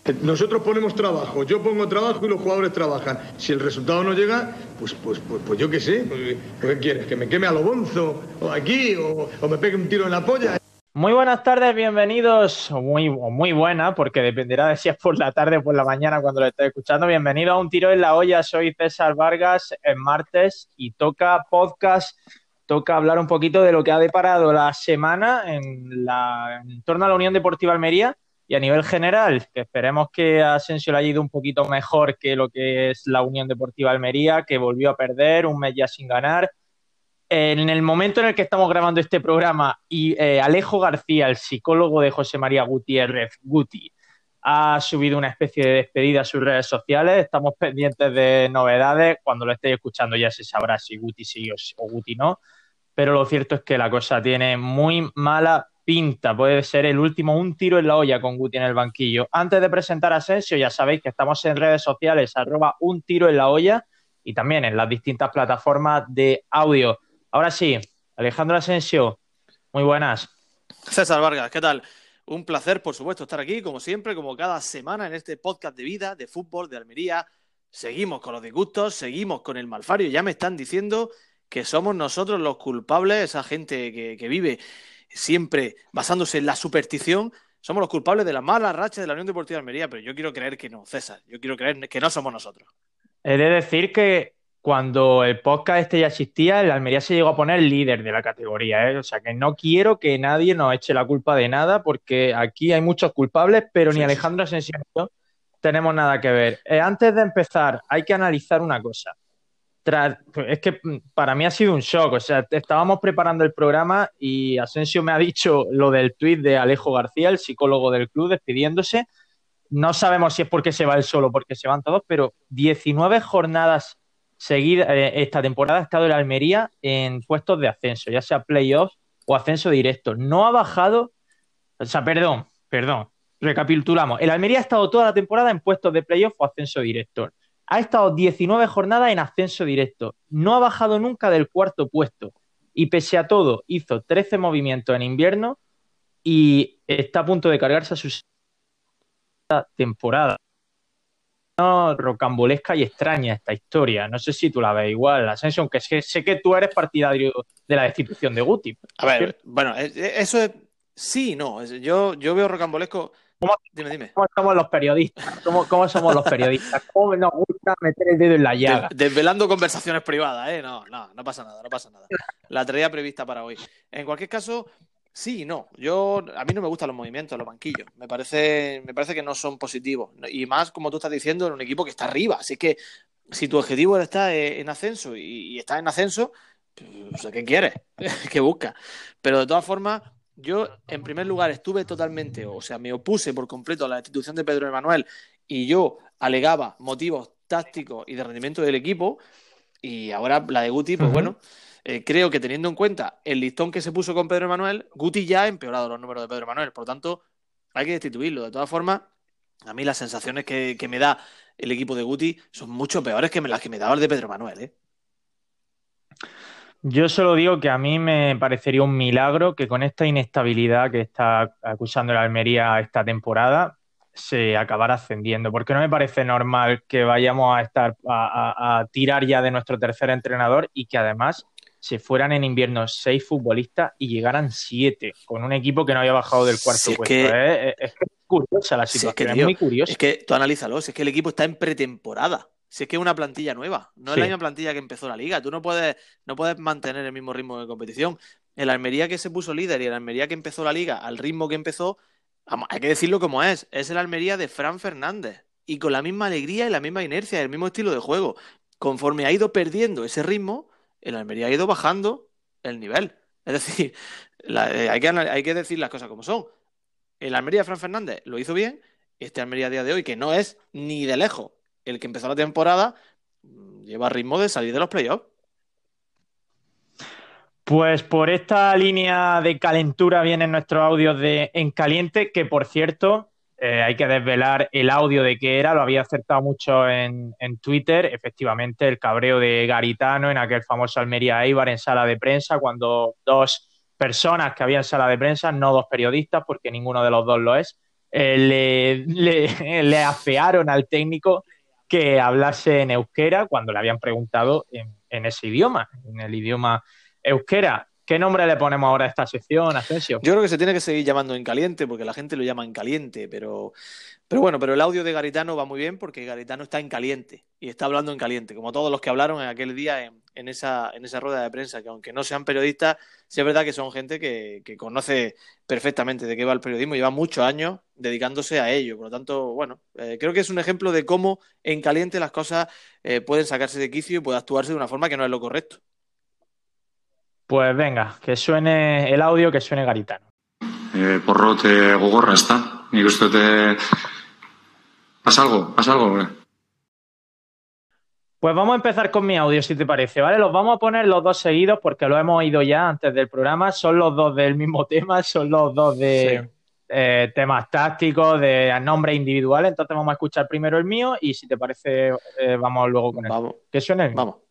Nosotros ponemos trabajo, yo pongo trabajo y los jugadores trabajan. Si el resultado no llega, pues yo qué sé. ¿Qué quieres? ¿Que me queme a lo bonzo? ¿O aquí? ¿O me pegue un tiro en la polla? Muy buenas tardes, bienvenidos, muy buena, porque dependerá de si es por la tarde o por la mañana cuando lo estés escuchando. Bienvenido a Un Tiro en la Olla, soy César Vargas, es martes y toca podcast, toca hablar un poquito de lo que ha deparado la semana en torno a la Unión Deportiva Almería y a nivel general, que esperemos que a Asensio le haya ido un poquito mejor que lo que es la Unión Deportiva Almería, que volvió a perder un mes ya sin ganar. En el momento en el que estamos grabando este programa y Alejo García, el psicólogo de José María Gutiérrez, Guti, ha subido una especie de despedida a sus redes sociales. Estamos pendientes de novedades. Cuando lo estéis escuchando ya se sabrá si Guti sí o Guti no. Pero lo cierto es que la cosa tiene muy mala pinta. Puede ser el último un tiro en la olla con Guti en el banquillo. Antes de presentar a Asensio, ya sabéis que estamos en redes sociales, @un tiro en la olla, y también en las distintas plataformas de audio. Ahora sí, Alejandro Asensio, muy buenas. César Vargas, ¿qué tal? Un placer, por supuesto, estar aquí, como siempre, como cada semana en este podcast de vida, de fútbol, de Almería. Seguimos con los disgustos, seguimos con el malfario. Ya me están diciendo que somos nosotros los culpables, esa gente que vive siempre basándose en la superstición. Somos los culpables de las malas rachas de la Unión Deportiva de Almería, pero yo quiero creer que no, César. Yo quiero creer que no somos nosotros. He de decir que cuando el podcast este ya existía, el Almería se llegó a poner líder de la categoría, ¿eh? O sea que no quiero que nadie nos eche la culpa de nada, porque aquí hay muchos culpables, pero ni Sí. Alejandro Asensio ni yo tenemos nada que ver. Antes de empezar, hay que analizar una cosa. Es que para mí ha sido un shock. O sea, estábamos preparando el programa y Asensio me ha dicho lo del tuit de Alejo García, el psicólogo del club, despidiéndose. No sabemos si es porque se va él solo o porque se van todos, pero 19 jornadas seguidas esta temporada ha estado el Almería en puestos de ascenso, ya sea playoffs o ascenso directo. No ha bajado, o sea, perdón, recapitulamos. El Almería ha estado toda la temporada en puestos de playoff o ascenso directo. Ha estado 19 jornadas en ascenso directo. No ha bajado nunca del cuarto puesto. Y pese a todo, hizo 13 movimientos en invierno y está a punto de cargarse a su temporada. No, rocambolesca y extraña esta historia. No sé si tú la ves igual, Asensio, aunque sé que tú eres partidario de la destitución de Guti. A ver, bueno, eso es sí y no. Yo veo rocambolesco. ¿Cómo, Dime. cómo somos los periodistas? ¿Cómo somos los periodistas? ¿Cómo nos gusta meter el dedo en la llaga? Desvelando conversaciones privadas, ¿eh? No pasa nada, no pasa nada. La tarea prevista para hoy. En cualquier caso, sí y no. A mí no me gustan los movimientos, los banquillos. Me parece que no son positivos. Y más, como tú estás diciendo, en un equipo que está arriba. Así que si tu objetivo está en ascenso y estás en ascenso, pues, ¿qué quieres? ¿Qué buscas? Pero de todas formas, yo en primer lugar estuve totalmente, o sea, me opuse por completo a la destitución de Pedro Emanuel y yo alegaba motivos tácticos y de rendimiento del equipo, y ahora la de Guti, pues bueno, creo que teniendo en cuenta el listón que se puso con Pedro Emanuel, Guti ya ha empeorado los números de Pedro Emanuel, por lo tanto hay que destituirlo. De todas formas, a mí las sensaciones que me da el equipo de Guti son mucho peores que las que me daba el de Pedro Emanuel, ¿eh? Yo solo digo que a mí me parecería un milagro que con esta inestabilidad que está acusando el Almería esta temporada se acabara ascendiendo, porque no me parece normal que vayamos a estar a tirar ya de nuestro tercer entrenador y que además se fueran en invierno 6 futbolistas y llegaran 7 con un equipo que no había bajado del cuarto Si es puesto. que, Es que es curiosa la si es que, situación, es tío, muy curiosa. es que tú analízalo, si es que el equipo está en pretemporada. Si es que es una plantilla nueva, no es la Sí. misma plantilla que empezó la liga. Tú no puedes mantener el mismo ritmo de competición. El Almería que se puso líder y el Almería que empezó la liga al ritmo que empezó, vamos, hay que decirlo como es el Almería de Fran Fernández. Y con la misma alegría y la misma inercia, el mismo estilo de juego. Conforme ha ido perdiendo ese ritmo, el Almería ha ido bajando el nivel. Es decir, hay que decir las cosas como son. El Almería de Fran Fernández lo hizo bien. Este Almería a día de hoy, que no es ni de lejos el que empezó la temporada, lleva ritmo de salir de los playoffs. Pues por esta línea de calentura vienen nuestros audios de En Caliente, que por cierto, hay que desvelar el audio de qué era, lo había acertado mucho en Twitter, efectivamente el cabreo de Garitano en aquel famoso Almería Eibar en sala de prensa, cuando dos personas que había en sala de prensa, no dos periodistas, porque ninguno de los dos lo es, le afearon al técnico que hablase en euskera cuando le habían preguntado en ese idioma, en el idioma euskera. ¿Qué nombre le ponemos ahora a esta sección, Asensio? Yo creo que se tiene que seguir llamando En Caliente, porque la gente lo llama En Caliente, pero bueno, pero el audio de Garitano va muy bien porque Garitano está en caliente y está hablando en caliente, como todos los que hablaron en aquel día en esa rueda de prensa, que aunque no sean periodistas, sí es verdad que son gente que conoce perfectamente de qué va el periodismo, lleva muchos años dedicándose a ello. Por lo tanto, bueno, creo que es un ejemplo de cómo en caliente las cosas pueden sacarse de quicio y puede actuarse de una forma que no es lo correcto. Pues venga, que suene el audio, que suene Garitano. Porrot gogorra, ezta? Nik uste dut pasa algo. Pues vamos a empezar con mi audio, si te parece, ¿vale? Los vamos a poner los dos seguidos porque lo hemos oído ya antes del programa. Son los dos del mismo tema, son los dos de temas tácticos, de nombres individuales. Entonces vamos a escuchar primero el mío y si te parece vamos luego con el mío. Que suene el mío. Vamos.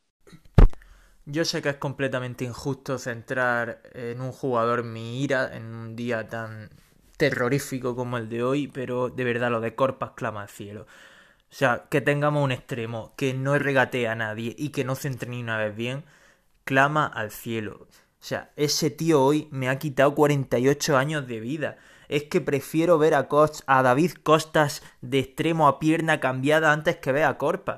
Yo sé que es completamente injusto centrar en un jugador mi ira en un día tan terrorífico como el de hoy, pero de verdad lo de Corpas clama al cielo. O sea, que tengamos un extremo que no regatea a nadie y que no centre ni una vez bien, clama al cielo. O sea, ese tío hoy me ha quitado 48 años de vida. Es que prefiero ver a David Costas de extremo a pierna cambiada antes que ver a Corpas.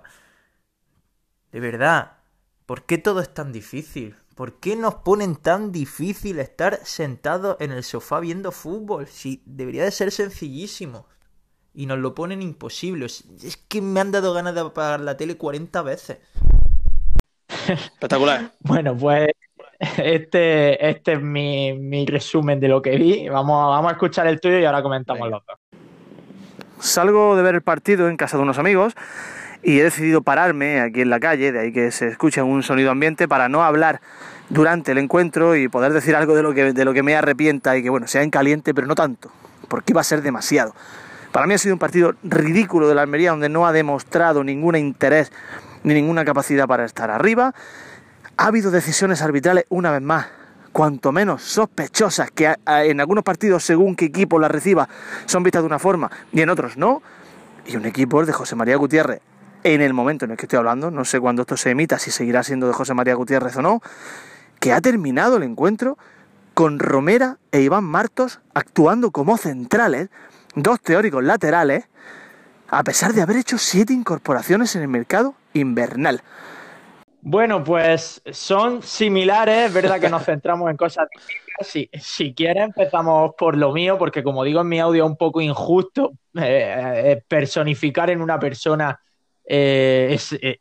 De verdad. ¿Por qué todo es tan difícil? ¿Por qué nos ponen tan difícil estar sentados en el sofá viendo fútbol? Si debería de ser sencillísimo. Y nos lo ponen imposible. Es que me han dado ganas de apagar la tele 40 veces. Espectacular. Bueno, pues este es mi resumen de lo que vi. Vamos a escuchar el tuyo y ahora comentamos los dos. Salgo de ver el partido en casa de unos amigos y he decidido pararme aquí en la calle, de ahí que se escuche un sonido ambiente, para no hablar durante el encuentro y poder decir algo de lo que me arrepienta y que, bueno, sea en caliente, pero no tanto, porque iba a ser demasiado. Para mí ha sido un partido ridículo de la Almería, donde no ha demostrado ningún interés ni ninguna capacidad para estar arriba. Ha habido decisiones arbitrales, una vez más, cuanto menos sospechosas, que en algunos partidos, según qué equipo las reciba, son vistas de una forma y en otros no. Y un equipo de José María Gutiérrez, en el momento en el que estoy hablando, no sé cuándo esto se emita, si seguirá siendo de José María Gutiérrez o no, que ha terminado el encuentro con Romera e Iván Martos actuando como centrales, dos teóricos laterales, a pesar de haber hecho 7 incorporaciones en el mercado invernal. Bueno, pues son similares, es verdad que nos centramos en cosas distintas. Si quieres empezamos por lo mío, porque como digo en mi audio es un poco injusto personificar en una persona el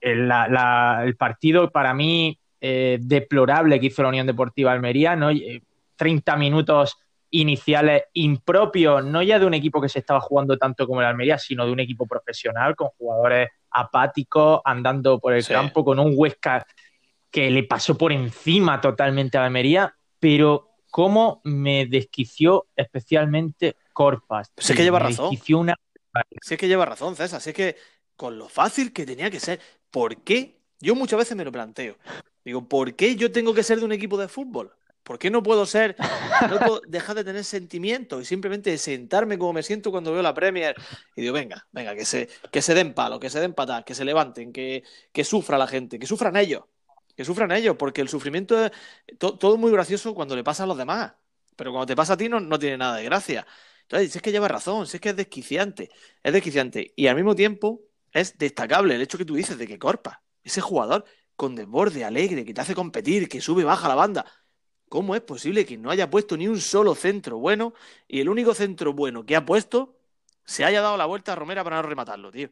partido para mí deplorable que hizo la Unión Deportiva Almería, ¿no? 30 minutos iniciales impropios, no ya de un equipo que se estaba jugando tanto como el Almería, sino de un equipo profesional con jugadores apáticos andando por el campo, con un Huesca que le pasó por encima totalmente a Almería, pero cómo me desquició especialmente Corpas. Pues es que lleva razón. Una... Si es que lleva razón, César. Si es que con lo fácil que tenía que ser. ¿Por qué? Yo muchas veces me lo planteo. Digo, ¿por qué yo tengo que ser de un equipo de fútbol? ¿Por qué no puedo puedo dejar de tener sentimientos y simplemente sentarme como me siento cuando veo la Premier? Y digo, venga, que se den palo, que se den patadas, que se levanten, que sufra la gente, que sufran ellos, porque el sufrimiento es todo muy gracioso cuando le pasa a los demás, pero cuando te pasa a ti no tiene nada de gracia. Entonces, si es que lleva razón, si es que es desquiciante, y al mismo tiempo es destacable el hecho que tú dices de que Corpa, ese jugador con desborde, alegre, que te hace competir, que sube, baja la banda. ¿Cómo es posible que no haya puesto ni un solo centro bueno y el único centro bueno que ha puesto se haya dado la vuelta a Romera para no rematarlo, tío?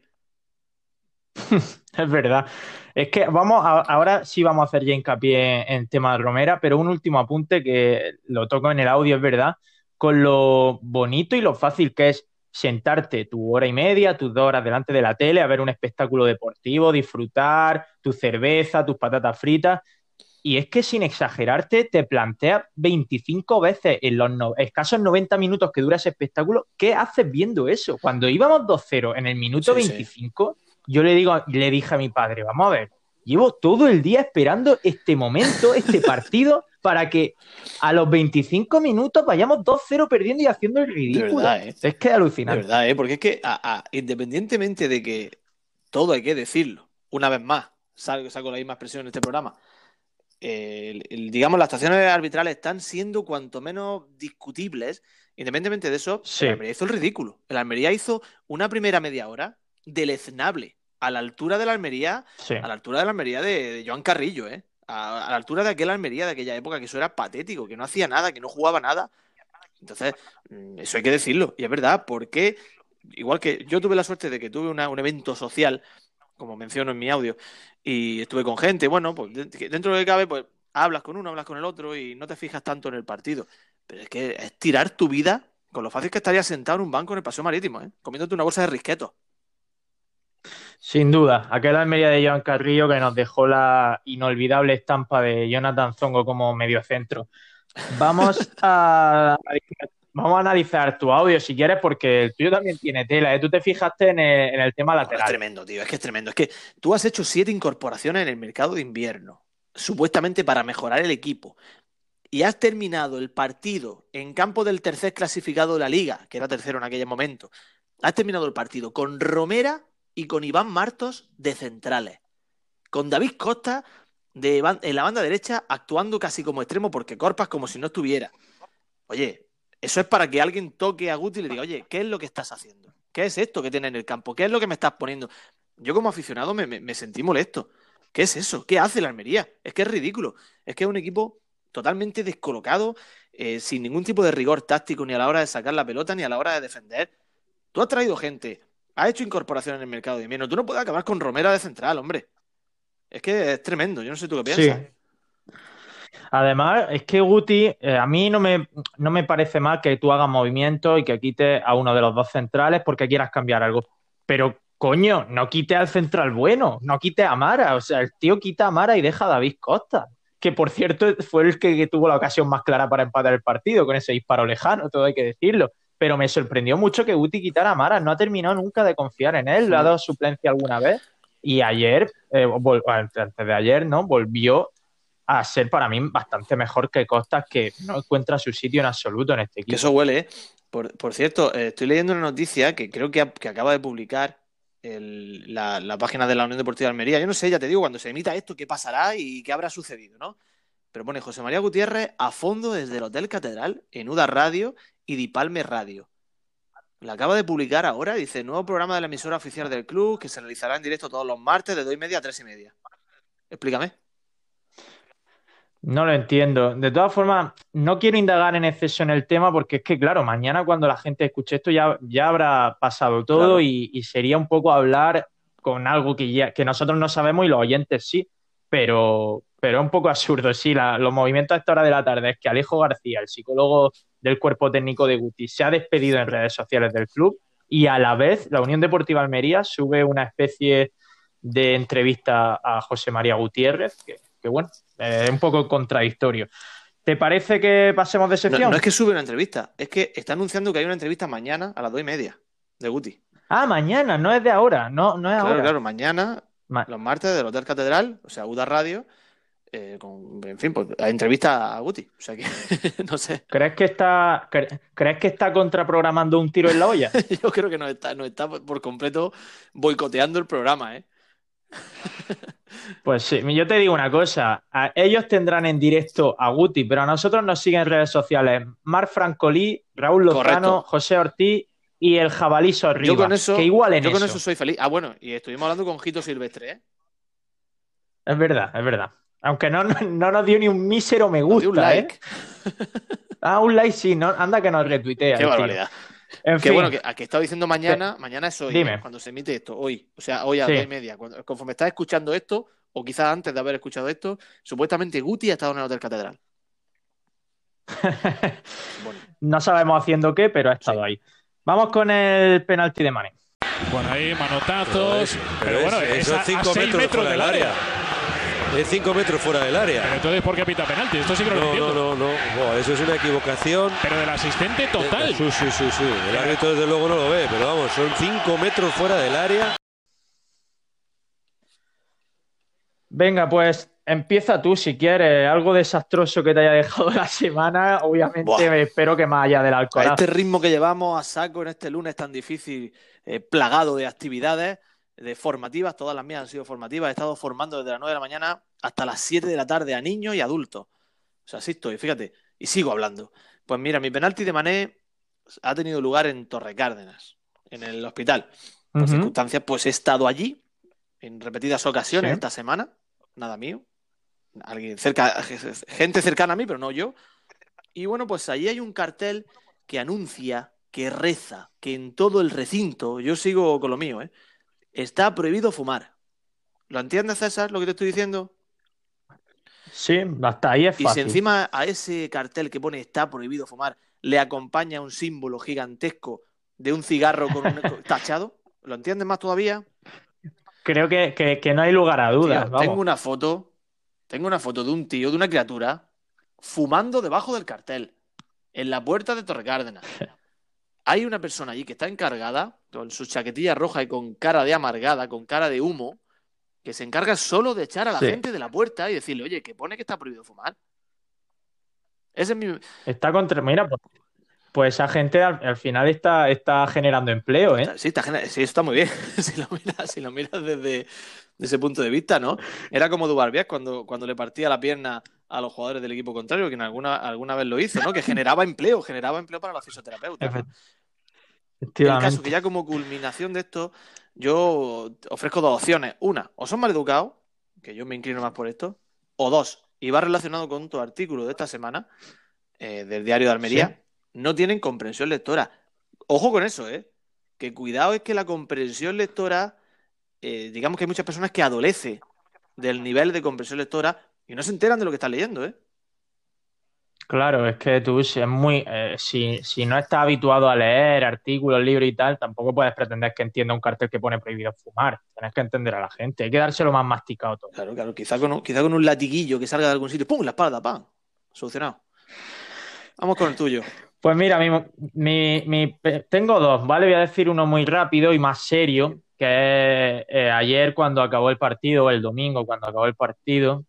Es verdad. Es que ahora sí vamos a hacer ya hincapié en tema de Romera, pero un último apunte que lo toco en el audio, es verdad, con lo bonito y lo fácil que es sentarte tu hora y media, tus 2 horas delante de la tele a ver un espectáculo deportivo, disfrutar tu cerveza, tus patatas fritas. Y es que sin exagerarte, te planteas 25 veces en los escasos 90 minutos que dura ese espectáculo, ¿qué haces viendo eso? Cuando íbamos 2-0 en el minuto 25, yo le dije a mi padre, vamos a ver, Llevo todo el día esperando este momento, este partido, para que a los 25 minutos vayamos 2-0 perdiendo y haciendo el ridículo. De verdad, ¿eh? Es que es alucinante. De verdad, ¿eh? Porque es que independientemente de que todo hay que decirlo, una vez más, saco la misma expresión en este programa, digamos, las actuaciones arbitrales están siendo cuanto menos discutibles. Independientemente de eso, Sí. el Almería hizo el ridículo. El Almería hizo una primera media hora deleznable, a la altura de la Almería, Sí. a la altura de la Almería de Joan Carrillo, ¿eh? A la altura de aquel Almería de aquella época, que eso era patético, que no hacía nada, que no jugaba nada. Entonces, eso hay que decirlo. Y es verdad, porque igual que yo tuve la suerte de que tuve un evento social, como menciono en mi audio, y estuve con gente, bueno, pues dentro de lo que cabe, pues hablas con uno, hablas con el otro y no te fijas tanto en el partido. Pero es que es tirar tu vida con lo fácil que estarías sentado en un banco en el Paseo Marítimo, ¿eh? Comiéndote una bolsa de risquetos. Sin duda, aquel Almería de Joan Carrillo que nos dejó la inolvidable estampa de Jonathan Zongo como mediocentro. Vamos a analizar tu audio si quieres, porque el tuyo también tiene tela, ¿eh? Tú te fijaste en el tema No, lateral. es tremendo, tío, es que es tremendo. Es que tú has hecho 7 incorporaciones en el mercado de invierno, supuestamente para mejorar el equipo, y has terminado el partido en campo del tercer clasificado de la Liga, que era tercero en aquel momento. Has terminado el partido con Romera y con Iván Martos de centrales, con David Costa en la banda derecha actuando casi como extremo porque Corpas como si no estuviera. Oye, eso es para que alguien toque a Guti y le diga, oye, ¿qué es lo que estás haciendo? ¿Qué es esto que tienes en el campo? ¿Qué es lo que me estás poniendo? Yo como aficionado me sentí molesto. ¿Qué es eso? ¿Qué hace la Almería? Es que es ridículo. Es que es un equipo totalmente descolocado, sin ningún tipo de rigor táctico ni a la hora de sacar la pelota ni a la hora de defender. Tú has traído gente, has hecho incorporaciones en el mercado de invierno. Tú no puedes acabar con Romera de central, hombre. Es que es tremendo. Yo no sé tú qué piensas. Sí. Además, es que Guti, a mí no me parece mal que tú hagas movimientos y que quites a uno de los dos centrales porque quieras cambiar algo. Pero, coño, no quites al central bueno, no quites a Mara. O sea, el tío quita a Mara y deja a David Costa, que por cierto fue el que tuvo la ocasión más clara para empatar el partido con ese disparo lejano, todo hay que decirlo. Pero me sorprendió mucho que Guti quitara a Mara, no ha terminado nunca de confiar en él, le ha dado suplencia alguna vez y ayer, antes de ayer, ¿no? Volvió a ser para mí bastante mejor que Costas, que no encuentra su sitio en absoluto en este equipo. Que eso huele, ¿eh? Por cierto, estoy leyendo una noticia que creo que acaba de publicar la página de la Unión Deportiva de Almería. Yo no sé, ya te digo, cuando se emita esto, qué pasará y qué habrá sucedido, ¿no? Pero pone José María Gutiérrez a fondo desde el Hotel Catedral, en UDA Radio y Dipalme Radio. La acaba de publicar ahora, dice, nuevo programa de la emisora oficial del club que se realizará en directo todos los martes de 2:30 a 3:30. Explícame. No lo entiendo. De todas formas, no quiero indagar en exceso en el tema porque es que, claro, mañana cuando la gente escuche esto ya habrá pasado todo, Claro. y sería un poco hablar con algo que nosotros no sabemos y los oyentes sí, pero es un poco absurdo, sí. Los movimientos a esta hora de la tarde es que Alejo García, el psicólogo del cuerpo técnico de Guti, se ha despedido en redes sociales del club y a la vez la Unión Deportiva Almería sube una especie de entrevista a José María Gutiérrez que bueno, es un poco contradictorio. ¿Te parece que pasemos de sección? No es que sube una entrevista, es que está anunciando que hay una entrevista mañana a las 2:30 de Guti. Ah, mañana, no es de ahora, no es ahora. Claro, mañana, los martes del Hotel Catedral, o sea, UDA Radio, en fin, pues hay entrevista a Guti. O sea que, no sé. ¿Crees que está contraprogramando un tiro en la olla? Yo creo que nos está por completo boicoteando el programa, ¿eh? Pues sí, yo te digo una cosa, ellos tendrán en directo a Guti, pero a nosotros nos siguen en redes sociales Marc Francolí, Raúl Lozano, Correcto. José Ortiz y el Jabalí Sorriba, que igual en yo con eso soy feliz. Ah, bueno, y estuvimos hablando con Jito Silvestre, ¿eh? Es verdad. Aunque no nos dio ni un mísero me gusta, un like. Un like sí, no, anda que nos retuitea. Qué barbaridad. En fin. Bueno, que he estado diciendo mañana es hoy, Dime. cuando se emite esto, hoy. O sea, hoy a 2:30. Conforme estás escuchando esto, o quizás antes de haber escuchado esto, supuestamente Guti ha estado en el Hotel Catedral. Bueno. No sabemos haciendo qué, pero ha estado ahí. Vamos con el penalti de Mané. Bueno, ahí manotazos, pero bueno, es a 5 metros del área. Es 5 metros fuera del área. Pero entonces, ¿por qué pita penalti? Esto sí que lo entiendo. No. Buah, eso es una equivocación. Pero del asistente total. Sí. El árbitro desde luego no lo ve, pero vamos, son 5 metros fuera del área. Venga, pues empieza tú si quieres. Algo desastroso que te haya dejado la semana. Obviamente Buah. espero que más allá del A Alcoraz. este ritmo que llevamos a saco en este lunes tan difícil, plagado de actividades, de formativas, todas las mías han sido formativas. He estado formando desde las 9 de la mañana hasta las 7 de la tarde a niños y adultos. O sea, así estoy, fíjate, y sigo hablando. Pues mira, mi penalti de Mané ha tenido lugar en Torrecárdenas, en el hospital. Por circunstancias, pues he estado allí en repetidas ocasiones esta semana, nada mío. Alguien gente cercana a mí, pero no yo. Y bueno, pues allí hay un cartel que anuncia, que reza, que en todo el recinto, yo sigo con lo mío, está prohibido fumar. ¿Lo entiendes, César, lo que te estoy diciendo? Sí, hasta ahí es Y si fácil. encima a ese cartel que pone está prohibido fumar le acompaña un símbolo gigantesco de un cigarro con un tachado, ¿lo entiendes más todavía? Creo que no hay lugar a dudas. Tío, Vamos. tengo una foto de un tío, de una criatura, fumando debajo del cartel, en la puerta de Torrecárdenas. Hay una persona allí que está encargada, con su chaquetilla roja y con cara de amargada, con cara de humo, que se encarga solo de echar a la gente de la puerta y decirle, oye, que pone que está prohibido fumar. Ese es mi... Está contra... Mira, pues esa gente al final está generando empleo, ¿eh? Sí, está muy bien, si lo miras desde ese punto de vista, ¿no? Era como Dubarbiak cuando le partía la pierna a los jugadores del equipo contrario, que alguna vez lo hizo, ¿no? Que generaba empleo para los fisioterapeutas, ¿no? El caso que ya como culminación de esto, yo ofrezco dos opciones. Una, o son maleducados, que yo me inclino más por esto, o dos, y va relacionado con tu artículo de esta semana, del diario de Almería, no tienen comprensión lectora. Ojo con eso, que cuidado es que la comprensión lectora, digamos que hay muchas personas que adolece del nivel de comprensión lectora y no se enteran de lo que están leyendo, Claro, es que tú si no estás habituado a leer artículos, libros y tal, tampoco puedes pretender que entienda un cartel que pone prohibido fumar. Tienes que entender a la gente, hay que dárselo más masticado todo. Claro, quizá con un latiguillo que salga de algún sitio, ¡pum!, la espalda, ¡pam! Solucionado. Vamos con el tuyo. Pues mira, tengo dos, ¿vale? Voy a decir uno muy rápido y más serio, que es ayer cuando acabó el partido, o el domingo cuando acabó el partido.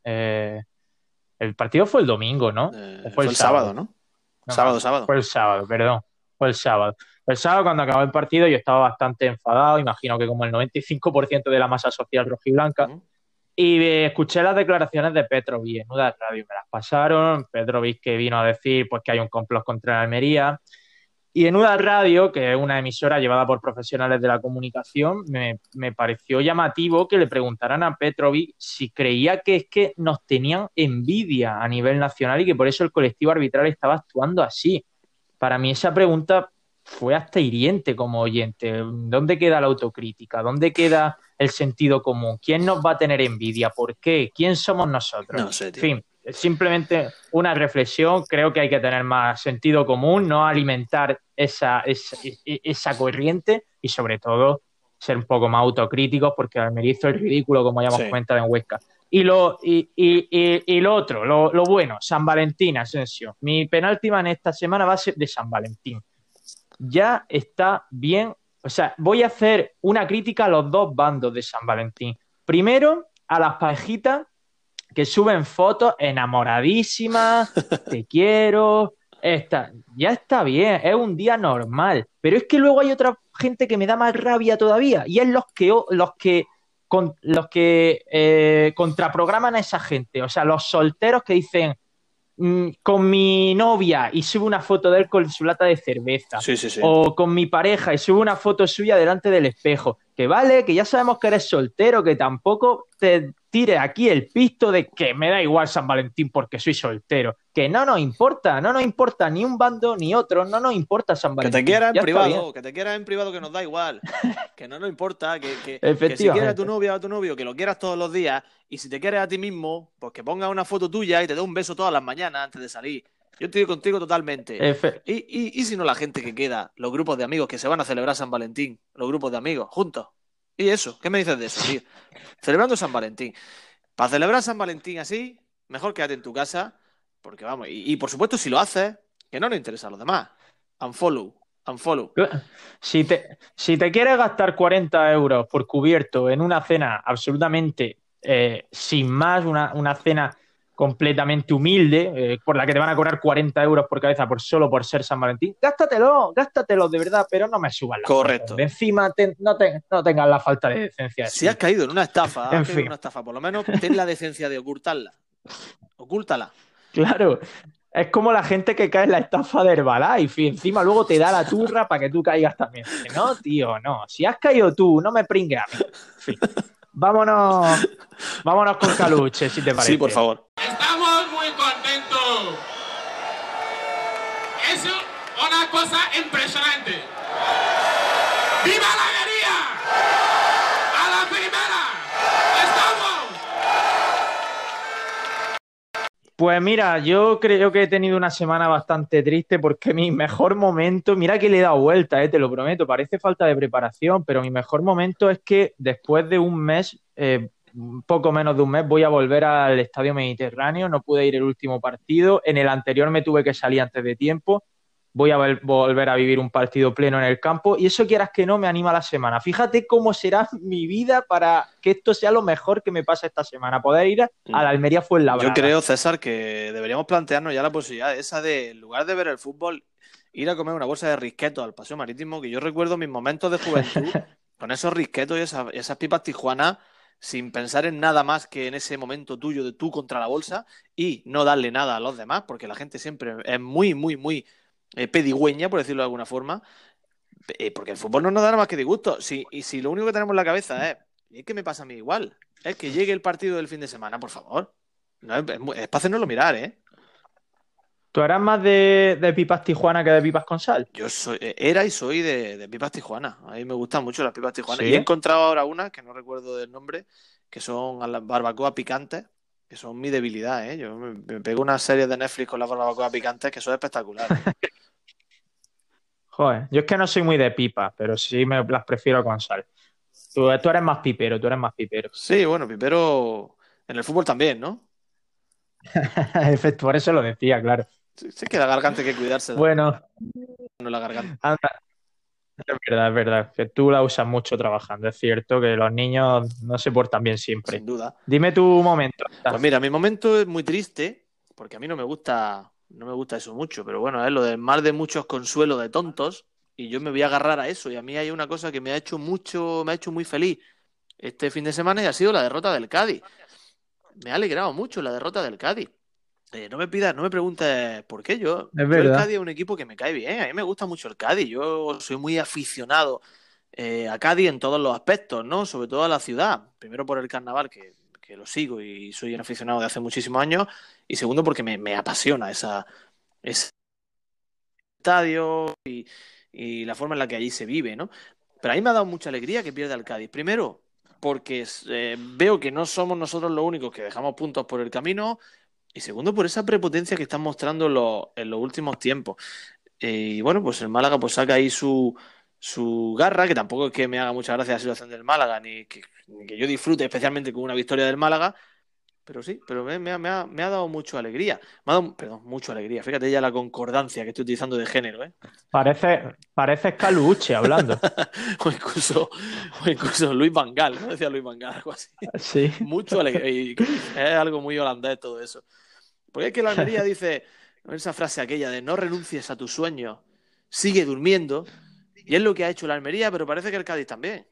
El partido fue el domingo, ¿no? ¿O fue el sábado, ¿no? Sábado. Fue el sábado, perdón. Fue el sábado. El sábado, cuando acabó el partido, yo estaba bastante enfadado, imagino que como el 95% de la masa social rojiblanca, y escuché las declaraciones de Petrovic en Nuda Radio. Me las pasaron, Petrovic que vino a decir pues que hay un complot contra la Almería. Y en Nuda Radio, que es una emisora llevada por profesionales de la comunicación, me pareció llamativo que le preguntaran a Petrovic si creía que es que nos tenían envidia a nivel nacional y que por eso el colectivo arbitral estaba actuando así. Para mí esa pregunta fue hasta hiriente como oyente. ¿Dónde queda la autocrítica? ¿Dónde queda el sentido común? ¿Quién nos va a tener envidia? ¿Por qué? ¿Quién somos nosotros? No sé, tío. En fin, simplemente una reflexión. Creo que hay que tener más sentido común, no alimentar esa corriente y sobre todo ser un poco más autocríticos porque Almería hizo el ridículo, como ya hemos comentado en Huesca. Y lo otro, lo bueno, San Valentín, Asensio. Mi penúltima en esta semana va a ser de San Valentín. Ya está bien. O sea, voy a hacer una crítica a los dos bandos de San Valentín. Primero, a las parejitas que suben fotos enamoradísimas, te quiero, ya está bien, es un día normal. Pero es que luego hay otra gente que me da más rabia todavía, y es los que contraprograman a esa gente. O sea, los solteros que dicen con mi novia y sube una foto de él con su lata de cerveza. Sí. O con mi pareja y sube una foto suya delante del espejo. Que vale, que ya sabemos que eres soltero, que tampoco te tires aquí el pisto de que me da igual San Valentín porque soy soltero. Que no nos importa ni un bando ni otro, no nos importa San Valentín. Que te quieras en privado, que nos da igual. Que no nos importa, que si quieres a tu novia o a tu novio, que lo quieras todos los días, y si te quieres a ti mismo, pues que pongas una foto tuya y te dé un beso todas las mañanas antes de salir. Yo estoy contigo totalmente. Y si no, la gente que queda, los grupos de amigos que se van a celebrar San Valentín, los grupos de amigos, juntos. ¿Y eso? ¿Qué me dices de eso, tío? Celebrando San Valentín. Para celebrar San Valentín así, mejor quédate en tu casa, porque vamos, y por supuesto, si lo haces, que no nos interesa a los demás. Unfollow. Si te quieres gastar 40 euros por cubierto en una cena absolutamente sin más, una cena completamente humilde, por la que te van a cobrar 40 euros por cabeza solo por ser San Valentín. Gástatelo de verdad, pero no me subas las Correcto. fotos. De encima no tengas la falta de decencia. Si has caído en una estafa, En fin. por lo menos ten la decencia de ocultarla. Ocúltala. Claro, es como la gente que cae en la estafa de Herbalife y encima luego te da la turra para que tú caigas también. No, tío, no. Si has caído tú, no me pringues a mí. En fin. Vámonos con Caluche, si te parece. Sí, por favor. Estamos muy contentos. Es una cosa impresionante. ¡Viva la alegría! ¡A la primera! ¡Estamos! Pues mira, yo creo que he tenido una semana bastante triste porque mi mejor momento, mira que le he dado vuelta, te lo prometo, parece falta de preparación, pero mi mejor momento es que después de un mes, un poco menos de un mes, voy a volver al Estadio Mediterráneo, no pude ir el último partido, en el anterior me tuve que salir antes de tiempo, voy a volver a vivir un partido pleno en el campo y eso, quieras que no, me anima la semana. Fíjate cómo será mi vida para que esto sea lo mejor que me pasa esta semana, poder ir a la Almería Fuenlabrada. Yo creo, César, que deberíamos plantearnos ya la posibilidad esa de, en lugar de ver el fútbol, ir a comer una bolsa de risquetos al Paseo Marítimo, que yo recuerdo mis momentos de juventud con esos risquetos y esas pipas tijuanas, sin pensar en nada más que en ese momento tuyo de tú contra la bolsa y no darle nada a los demás, porque la gente siempre es muy, muy, muy pedigüeña, por decirlo de alguna forma, porque el fútbol no nos da nada más que disgusto. Y si lo único que tenemos en la cabeza es que me pasa a mí igual, es que llegue el partido del fin de semana, por favor. No, es para hacernoslo mirar, ¿eh? ¿Tú eras más de pipas Tijuana que de pipas con sal? Yo era y soy de pipas Tijuana. A mí me gustan mucho las pipas Tijuana. ¿Sí? Y he encontrado ahora unas, que no recuerdo del nombre, que son a las barbacoas picantes, que son mi debilidad, ¿eh? Yo me pego una serie de Netflix con las barbacoas picantes que son espectaculares. Joder, yo es que no soy muy de pipas, pero sí me las prefiero con sal. Tú eres más pipero, Sí, bueno, pipero en el fútbol también, ¿no? Por eso lo decía, claro. Sí que la garganta hay que cuidarse. Bueno, No la garganta. anda. Es verdad, que tú la usas mucho trabajando. Es cierto que los niños no se portan bien siempre. Sin duda. Dime tu momento. Pues mira, mi momento es muy triste, porque a mí no me gusta eso mucho, pero bueno, es lo del mar de muchos consuelos de tontos, y yo me voy a agarrar a eso, y a mí hay una cosa que me ha hecho muy feliz este fin de semana, y ha sido la derrota del Cádiz. Me ha alegrado mucho la derrota del Cádiz. No me preguntes por qué. Yo el Cádiz es un equipo que me cae bien, a mí me gusta mucho el Cádiz, yo soy muy aficionado a Cádiz en todos los aspectos, ¿no? Sobre todo a la ciudad, primero por el carnaval, que lo sigo y soy un aficionado de hace muchísimos años, y segundo porque me apasiona ese estadio y la forma en la que allí se vive, ¿no? Pero a mí me ha dado mucha alegría que pierda el Cádiz. Primero, porque veo que no somos nosotros los únicos que dejamos puntos por el camino, y segundo, por esa prepotencia que están mostrando en los últimos tiempos. Y bueno, pues el Málaga pues saca ahí su garra, que tampoco es que me haga mucha gracia la situación del Málaga, ni que yo disfrute especialmente con una victoria del Málaga, pero sí, pero me ha dado mucha alegría. Mucha alegría. Fíjate ya la concordancia que estoy utilizando de género, ¿eh? Pareces Caluche hablando. o incluso Luis Van Gaal, ¿no? Decía Luis Van Gaal, algo así. Sí. Mucho alegría. Y es algo muy holandés todo eso. Porque es que la Almería dice esa frase aquella de no renuncies a tus sueños, sigue durmiendo, y es lo que ha hecho la Almería, pero parece que el Cádiz también.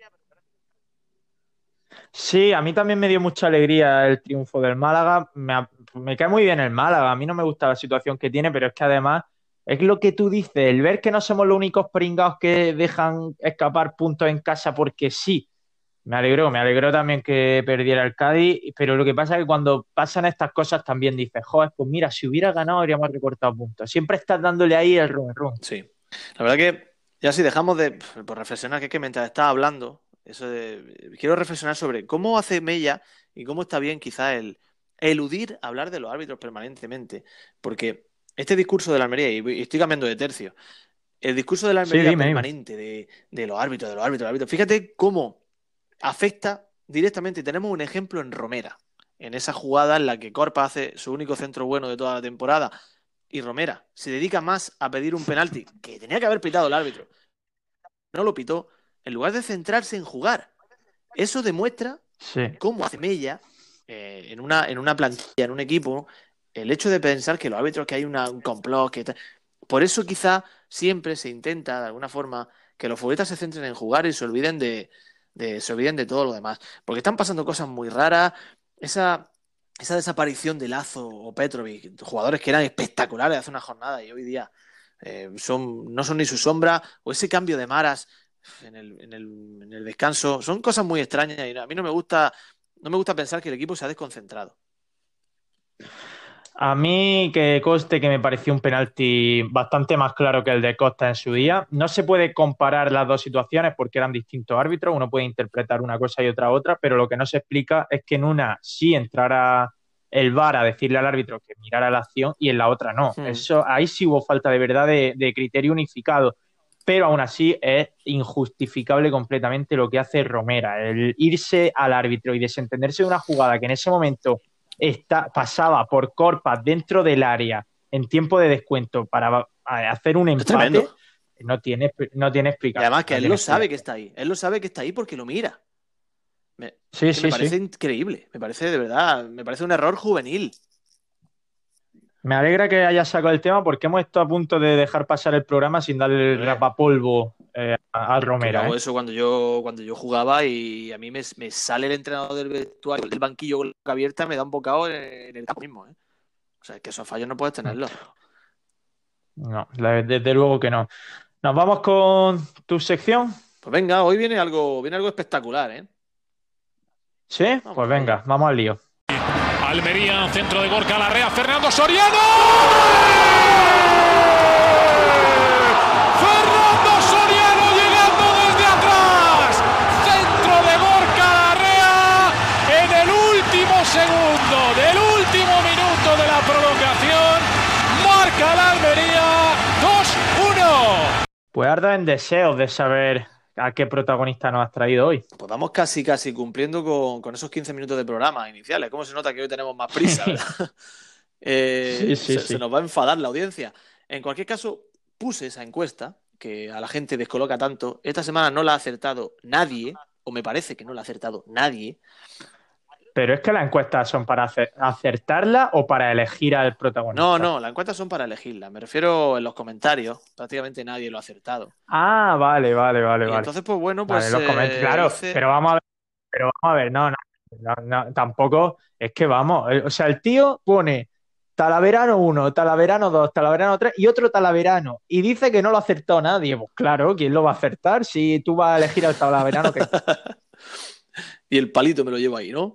Sí, a mí también me dio mucha alegría el triunfo del Málaga. Me cae muy bien el Málaga. A mí no me gusta la situación que tiene, pero es que además es lo que tú dices, el ver que no somos los únicos pringados que dejan escapar puntos en casa porque sí. Me alegró también que perdiera el Cádiz, pero lo que pasa es que cuando pasan estas cosas también dices, joder, pues mira, si hubiera ganado habríamos recortado puntos. Siempre estás dándole ahí el rum. Sí, la verdad que ya si dejamos de reflexionar, que es que mientras estaba hablando, quiero reflexionar sobre cómo hace mella y cómo está bien quizá el eludir hablar de los árbitros permanentemente, porque este discurso de la Almería, y estoy cambiando de tercio, el discurso de la Almería permanente de los árbitros, fíjate cómo afecta directamente, y tenemos un ejemplo en Romera, en esa jugada en la que Corpa hace su único centro bueno de toda la temporada, y Romera se dedica más a pedir un penalti que tenía que haber pitado el árbitro, no lo pitó, en lugar de centrarse en jugar. Eso demuestra cómo hace mella en una plantilla, en un equipo, el hecho de pensar que los árbitros, que hay un complot, por eso quizá siempre se intenta, de alguna forma, que los futbolistas se centren en jugar y se olviden se olviden de todo lo demás. Porque están pasando cosas muy raras. Esa desaparición de Lazo o Petrovic, jugadores que eran espectaculares hace una jornada y hoy día no son ni su sombra, o ese cambio de Maras en el descanso, son cosas muy extrañas y a mí no me gusta pensar que el equipo se ha desconcentrado. A mí que conste que me pareció un penalti bastante más claro que el de Costa en su día. No se puede comparar las dos situaciones porque eran distintos árbitros, uno puede interpretar una cosa y otra, pero lo que no se explica es que en una sí entrara el VAR a decirle al árbitro que mirara la acción y en la otra no. Ahí sí hubo falta de verdad de criterio unificado, pero aún así es injustificable completamente lo que hace Romera, el irse al árbitro y desentenderse de una jugada que en ese momento pasaba por Corpas dentro del área en tiempo de descuento para hacer un empate, no tiene explicación. Y además que él lo sabe que está ahí. Él lo sabe que está ahí porque lo mira. Me parece increíble. Me parece, de verdad, me parece un error juvenil. Me alegra que hayas sacado el tema porque hemos estado a punto de dejar pasar el programa sin darle el rapapolvo al Romera. Hago eso cuando yo jugaba y a mí me sale el entrenador del vestuario, del banquillo con la boca abierta, me da un bocado en el campo mismo. O sea, es que esos fallos no puedes tenerlos. No, desde luego que no. ¿Nos vamos con tu sección? Pues venga, hoy viene algo espectacular, ¿eh? ¿Sí? Pues venga, vamos al lío. Almería, centro de Gorka Larrea, Fernando Soriano. Fernando Soriano llegando desde atrás. Centro de Gorka Larrea en el último segundo del último minuto de la prolongación. Marca la Almería 2-1. Pues ardo en deseos de saber a qué protagonista nos has traído hoy. Pues vamos casi cumpliendo con esos 15 minutos de programa iniciales. ¿Cómo se nota que hoy tenemos más prisa, verdad? Se nos va a enfadar la audiencia. En cualquier caso, puse esa encuesta que a la gente descoloca tanto. Esta semana no la ha acertado nadie, o me parece que no la ha acertado nadie. Pero es que las encuestas son para acertarla o para elegir al protagonista. No, las encuestas son para elegirla. Me refiero en los comentarios. Prácticamente nadie lo ha acertado. Ah, vale. Entonces, pues bueno, pues... Vale, claro, pero vamos a ver, no, tampoco, es que vamos, o sea, el tío pone Talaverano 1, Talaverano 2, Talaverano 3 y otro Talaverano, y dice que no lo ha acertado nadie. Pues claro, ¿quién lo va a acertar si tú vas a elegir al Talaverano? Que... Y el palito me lo llevo ahí, ¿no?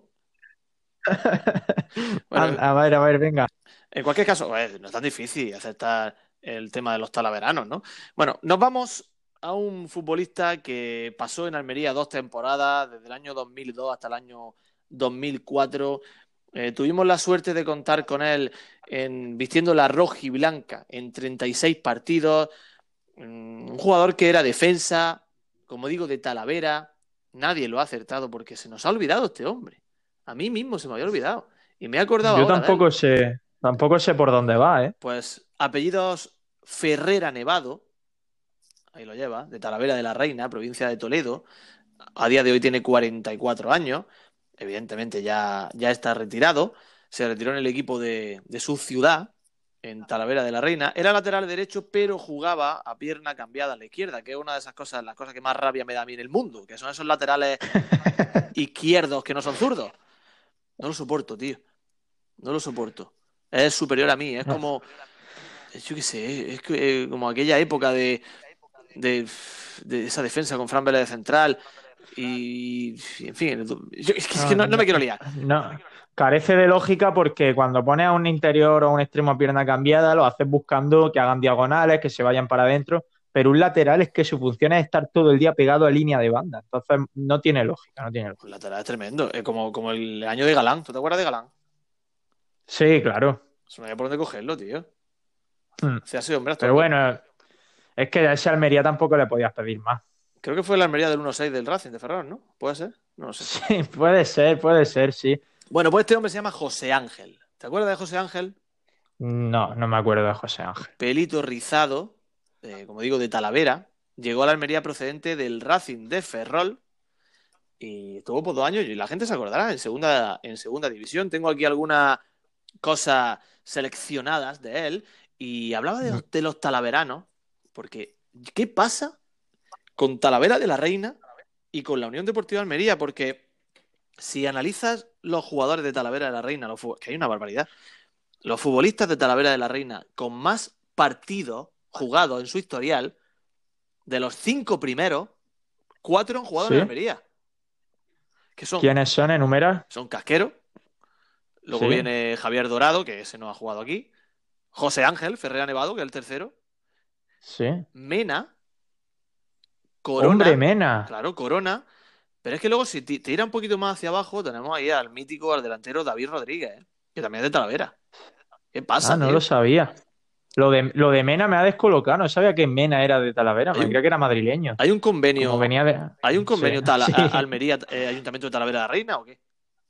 Bueno, a ver, venga. En cualquier caso, no es tan difícil aceptar el tema de los talaveranos, ¿no? Bueno, nos vamos a un futbolista que pasó en Almería 2 temporadas, desde el año 2002 hasta el año 2004. Tuvimos la suerte de contar con él vistiendo la roja y blanca en 36 partidos. Un jugador que era defensa, como digo, de Talavera. Nadie lo ha acertado porque se nos ha olvidado este hombre. A mí mismo se me había olvidado. Y me he acordado ahora. Yo tampoco sé por dónde va, ¿eh? Pues apellidos Ferrera Nevado, ahí lo lleva, de Talavera de la Reina, provincia de Toledo. A día de hoy tiene 44 años. Evidentemente ya está retirado. Se retiró en el equipo de su ciudad, en Talavera de la Reina. Era lateral derecho, pero jugaba a pierna cambiada a la izquierda, que es una de esas cosas, las cosas que más rabia me da a mí en el mundo, que son esos laterales izquierdos que no son zurdos. No lo soporto, tío. No lo soporto. Es superior a mí. Es como... Yo qué sé. Es como aquella época de esa defensa con Fran Vélez de central. Y en fin. Es que no me quiero liar. No. Carece de lógica porque cuando pones a un interior o un extremo a pierna cambiada, lo haces buscando que hagan diagonales, que se vayan para adentro. Pero un lateral es que su función es estar todo el día pegado a línea de banda. Entonces no tiene lógica. El lateral es tremendo. Es como el año de Galán. ¿Tú te acuerdas de Galán? Sí, claro. Eso no había por dónde cogerlo, tío. Se hace hombre. Pero bueno, es que a ese Almería tampoco le podías pedir más. Creo que fue la Almería del 1-6 del Racing de Ferrol, ¿no? ¿Puede ser? No lo sé. Sí, puede ser, sí. Bueno, pues este hombre se llama José Ángel. ¿Te acuerdas de José Ángel? No me acuerdo de José Ángel. Pelito rizado, como digo, de Talavera. Llegó a la Almería procedente del Racing de Ferrol. y estuvo por 2 años y la gente se acordará en segunda división. Tengo aquí algunas cosas seleccionadas de él y hablaba de los talaveranos, porque ¿qué pasa con Talavera de la Reina y con la Unión Deportiva Almería? Porque si analizas los jugadores de Talavera de la Reina, que hay una barbaridad, los futbolistas de Talavera de la Reina con más partidos jugados en su historial, de los 5 primeros, 4 han jugado en Almería. ¿Quiénes son? Enumera. Son Casquero, luego viene Javier Dorado, que ese no ha jugado aquí, José Ángel Ferrea Nevado, que es el tercero, Mena, Corona. ¡Hombre, Mena! Claro, Corona. Pero es que luego, si tira un poquito más hacia abajo, tenemos ahí al mítico, al delantero David Rodríguez, que también es de Talavera. ¿Qué pasa, no tío? lo sabía. Lo de Mena me ha descolocado. No sabía que Mena era de Talavera. Me creía que era madrileño. ¿Hay un convenio? ¿Hay un convenio Almería, Ayuntamiento de Talavera de la Reina o qué?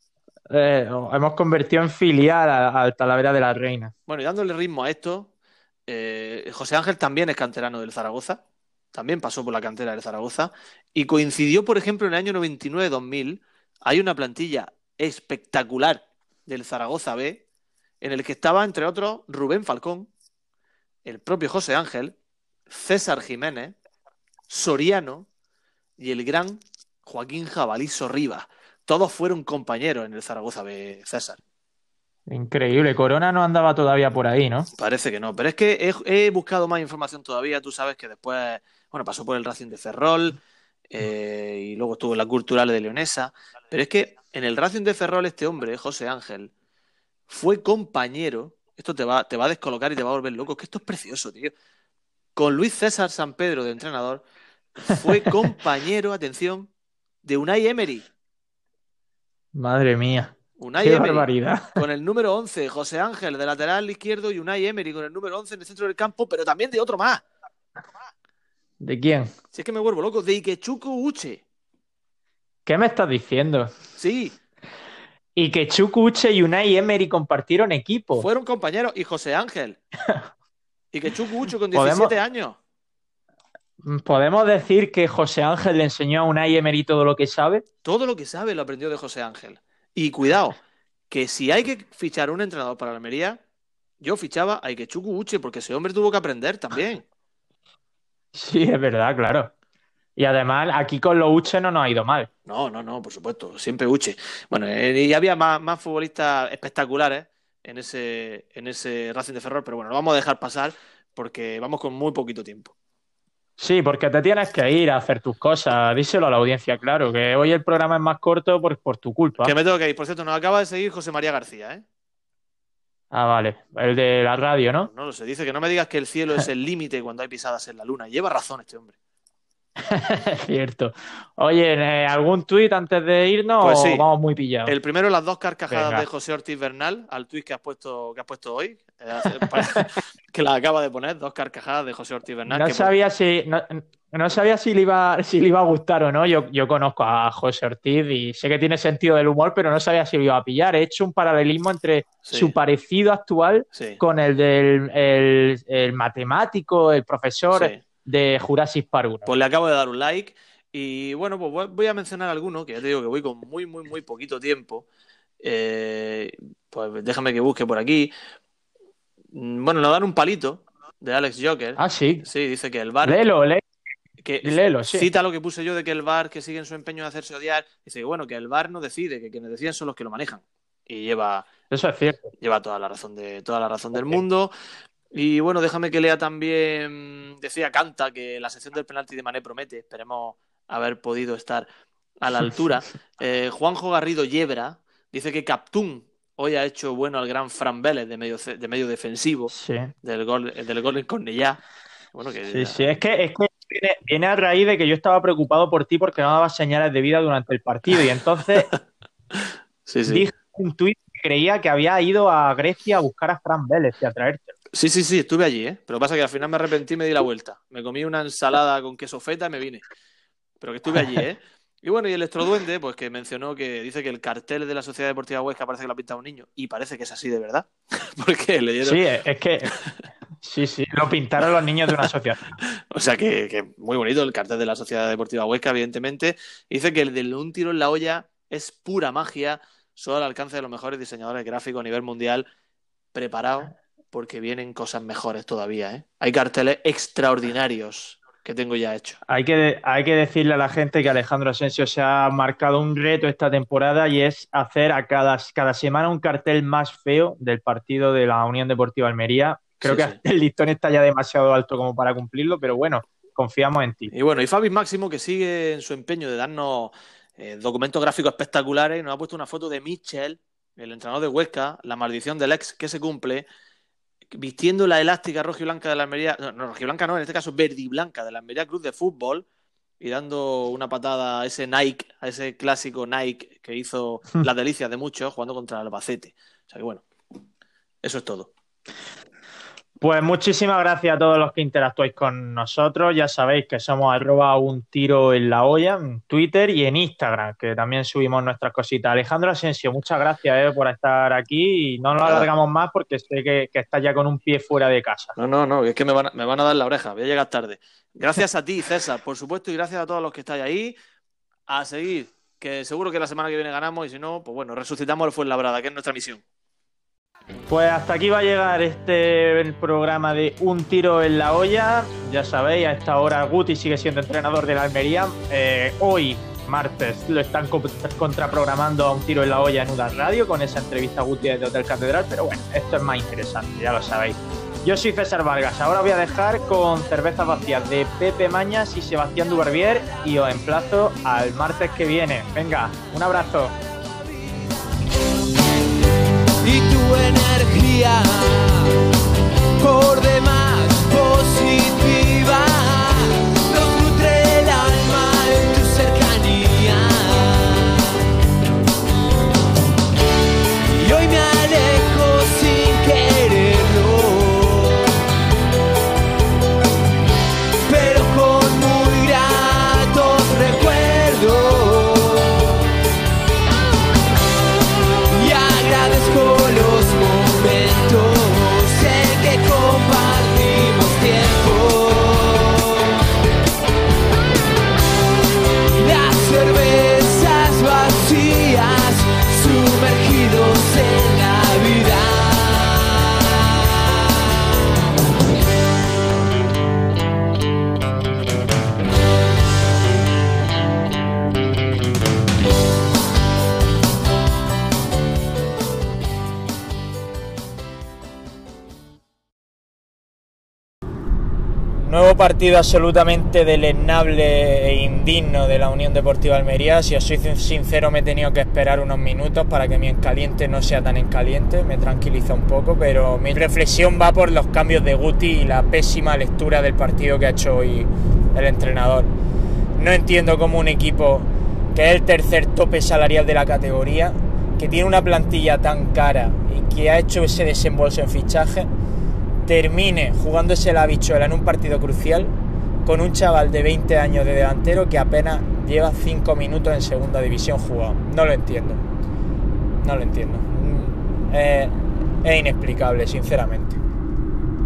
Hemos convertido en filial al Talavera de la Reina. Bueno, y dándole ritmo a esto, José Ángel también es canterano del Zaragoza. También pasó por la cantera del Zaragoza. Y coincidió, por ejemplo, en el año 99-2000. Hay una plantilla espectacular del Zaragoza B, en el que estaba, entre otros, Rubén Falcón, el propio José Ángel, César Jiménez, Soriano y el gran Joaquín Jabalí Sorribas. Todos fueron compañeros en el Zaragoza B, César. Increíble. Corona no andaba todavía por ahí, ¿no? Parece que no. Pero es que he buscado más información todavía. Tú sabes que después, pasó por el Racing de Ferrol y luego estuvo en la Cultural de Leonesa. Pero es que en el Racing de Ferrol este hombre, José Ángel, fue compañero. Esto te va a descolocar y te va a volver loco. Es que esto es precioso, tío. Con Luis César San Pedro de entrenador, fue compañero, atención, de Unai Emery. Madre mía. Unai ¡Qué Emery, barbaridad! con el número 11, José Ángel de lateral izquierdo y Unai Emery con el número 11 en el centro del campo, pero también de otro más. ¿De quién? Si es que me vuelvo loco, de Ikechukwu Uche. ¿Qué me estás diciendo? Sí. Y que Chucuche y Unai Emery compartieron equipo. Fueron compañeros. Y José Ángel. Y que Chucucho con 17 años. ¿Podemos decir que José Ángel le enseñó a Unai Emery todo lo que sabe? Todo lo que sabe lo aprendió de José Ángel. Y cuidado, que si hay que fichar un entrenador para la Almería, yo fichaba a Ikechukwu Uche, porque ese hombre tuvo que aprender también. Sí, es verdad, claro. Y además, aquí con los Uche no nos ha ido mal. No, por supuesto. Siempre Uche. Bueno, y había más futbolistas espectaculares en ese Racing de Ferrol, pero bueno, lo vamos a dejar pasar porque vamos con muy poquito tiempo. Sí, porque te tienes que ir a hacer tus cosas. Díselo a la audiencia, claro, que hoy el programa es más corto por tu culpa. Que me tengo que ir. Por cierto, nos acaba de seguir José María García, ¿eh? Ah, vale. El de la radio, ¿no? No lo sé. Dice que no me digas que el cielo es el límite cuando hay pisadas en la luna. Y lleva razón este hombre. Es cierto. Oye, ¿algún tuit antes de irnos pues sí. o vamos muy pillados? El primero, las 2 carcajadas Venga. de José Ortiz Bernal al tuit que has puesto hoy. Que la acaba de poner, 2 carcajadas de José Ortiz Bernal. No sabía si le iba a gustar o no. Yo conozco a José Ortiz y sé que tiene sentido del humor, pero no sabía si lo iba a pillar. He hecho un paralelismo entre su parecido actual con el del el matemático, el profesor de Jurassic Park 1. Pues le acabo de dar un like y bueno, pues voy a mencionar alguno, que ya te digo que voy con muy, muy, muy poquito tiempo. Pues déjame que busque por aquí. Bueno, nos dan un palito de Alex Joker. Ah, sí. Sí, dice que el VAR... Léelo, sí. Cita lo que puse yo de que el VAR, que sigue en su empeño de hacerse odiar, dice que bueno, que el VAR no decide, que quienes deciden son los que lo manejan. Y lleva... Eso es cierto. Lleva toda la razón del mundo. Y bueno, déjame que lea también, decía Canta, que la sección del penalti de Mané promete. Esperemos haber podido estar a la altura. Juanjo Garrido Yebra dice que Captún hoy ha hecho bueno al gran Fran Vélez de medio defensivo del gol en Cornellá. Bueno, sí, es que viene a raíz de que yo estaba preocupado por ti porque no dabas señales de vida durante el partido y entonces dije un tuit que creía que había ido a Grecia a buscar a Fran Vélez y a traértelo. Sí, estuve allí, ¿eh? Pero pasa que al final me arrepentí y me di la vuelta. Me comí una ensalada con queso feta y me vine. Pero que estuve allí, ¿eh? Y bueno, y el Estroduende, pues que mencionó que dice que el cartel de la Sociedad Deportiva Huesca parece que lo ha pintado un niño. Y parece que es así de verdad. Porque leyeron... Sí, es que Sí, lo pintaron los niños de una asociación. O sea que muy bonito el cartel de la Sociedad Deportiva Huesca, evidentemente. Dice que el de un tiro en la olla es pura magia, solo al alcance de los mejores diseñadores gráficos a nivel mundial. Preparado, porque vienen cosas mejores todavía, ¿eh? Hay carteles extraordinarios que tengo ya hechos. Hay que decirle a la gente que Alejandro Asensio se ha marcado un reto esta temporada y es hacer a cada semana un cartel más feo del partido de la Unión Deportiva Almería. Creo que el listón está ya demasiado alto como para cumplirlo, pero bueno, confiamos en ti. Y bueno, y Fabi Máximo, que sigue en su empeño de darnos documentos gráficos espectaculares, nos ha puesto una foto de Mitchell, el entrenador de Huesca, la maldición del ex que se cumple, vistiendo la elástica rojiblanca de la Almería, no, rojiblanca no, en este caso verdiblanca de la Almería Club de Fútbol, y dando una patada a ese Nike, a ese clásico Nike que hizo las delicias de muchos jugando contra el Albacete. O sea que bueno, eso es todo. Pues muchísimas gracias a todos los que interactuáis con nosotros. Ya sabéis que somos @untiro_en_la_olla en Twitter y en Instagram, que también subimos nuestras cositas. Alejandro Asensio, muchas gracias por estar aquí y no nos alargamos más porque sé que estás ya con un pie fuera de casa. No, es que me van a dar la oreja, voy a llegar tarde. Gracias a ti, César, por supuesto, y gracias a todos los que estáis ahí. A seguir, que seguro que la semana que viene ganamos y si no, pues bueno, resucitamos el Fuenlabrada, que es nuestra misión. Pues hasta aquí va a llegar el programa de Un Tiro en la Olla. Ya sabéis, a esta hora Guti sigue siendo entrenador de la Almería. Hoy, martes, lo están contraprogramando a Un Tiro en la Olla en UDA Radio con esa entrevista a Guti desde Hotel Catedral. Pero bueno, esto es más interesante, ya lo sabéis. Yo soy César Vargas. Ahora os voy a dejar con Cervezas Vacías de Pepe Mañas y Sebastián Duverbier y os emplazo al martes que viene. Venga, un abrazo. Y tu energía por demás positiva nos nutre el alma en tu cercanía. Y hoy me alejo sin quererlo, pero con muy gratos recuerdos. Los momentos en que compartimos tiempo, las cervezas vacías sumergidos en la vida. Nuevo partido absolutamente deleznable e indigno de la Unión Deportiva Almería. Si os soy sincero, me he tenido que esperar unos minutos para que mi encaliente no sea tan encaliente. Me tranquiliza un poco, pero mi reflexión va por los cambios de Guti y la pésima lectura del partido que ha hecho hoy el entrenador. No entiendo cómo un equipo que es el tercer tope salarial de la categoría, que tiene una plantilla tan cara y que ha hecho ese desembolso en fichaje, termine jugándose la habichuela en un partido crucial con un chaval de 20 años de delantero que apenas lleva 5 minutos en segunda división jugado. No lo entiendo. Es inexplicable, sinceramente.